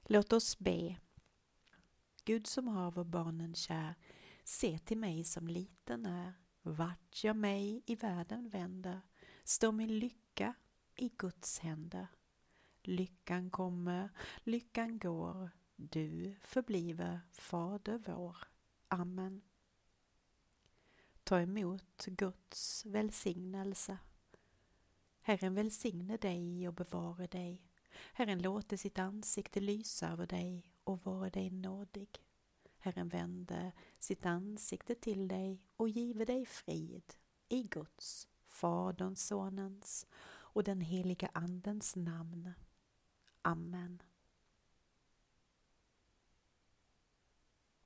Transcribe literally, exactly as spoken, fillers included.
Låt oss be. Gud som hav och barnen kär, se till mig som liten är. Vart jag mig i världen vänder, står min lycka i Guds händer. Lyckan kommer, lyckan går, du förbliver Fader vår. Amen. Ta emot Guds välsignelse. Herren välsigne dig och bevara dig. Herren låter sitt ansikte lysa över dig och vara dig nådig. Herren vände sitt ansikte till dig och give dig frid i Guds, Faderns, Sonens och den heliga Andens namn. Amen.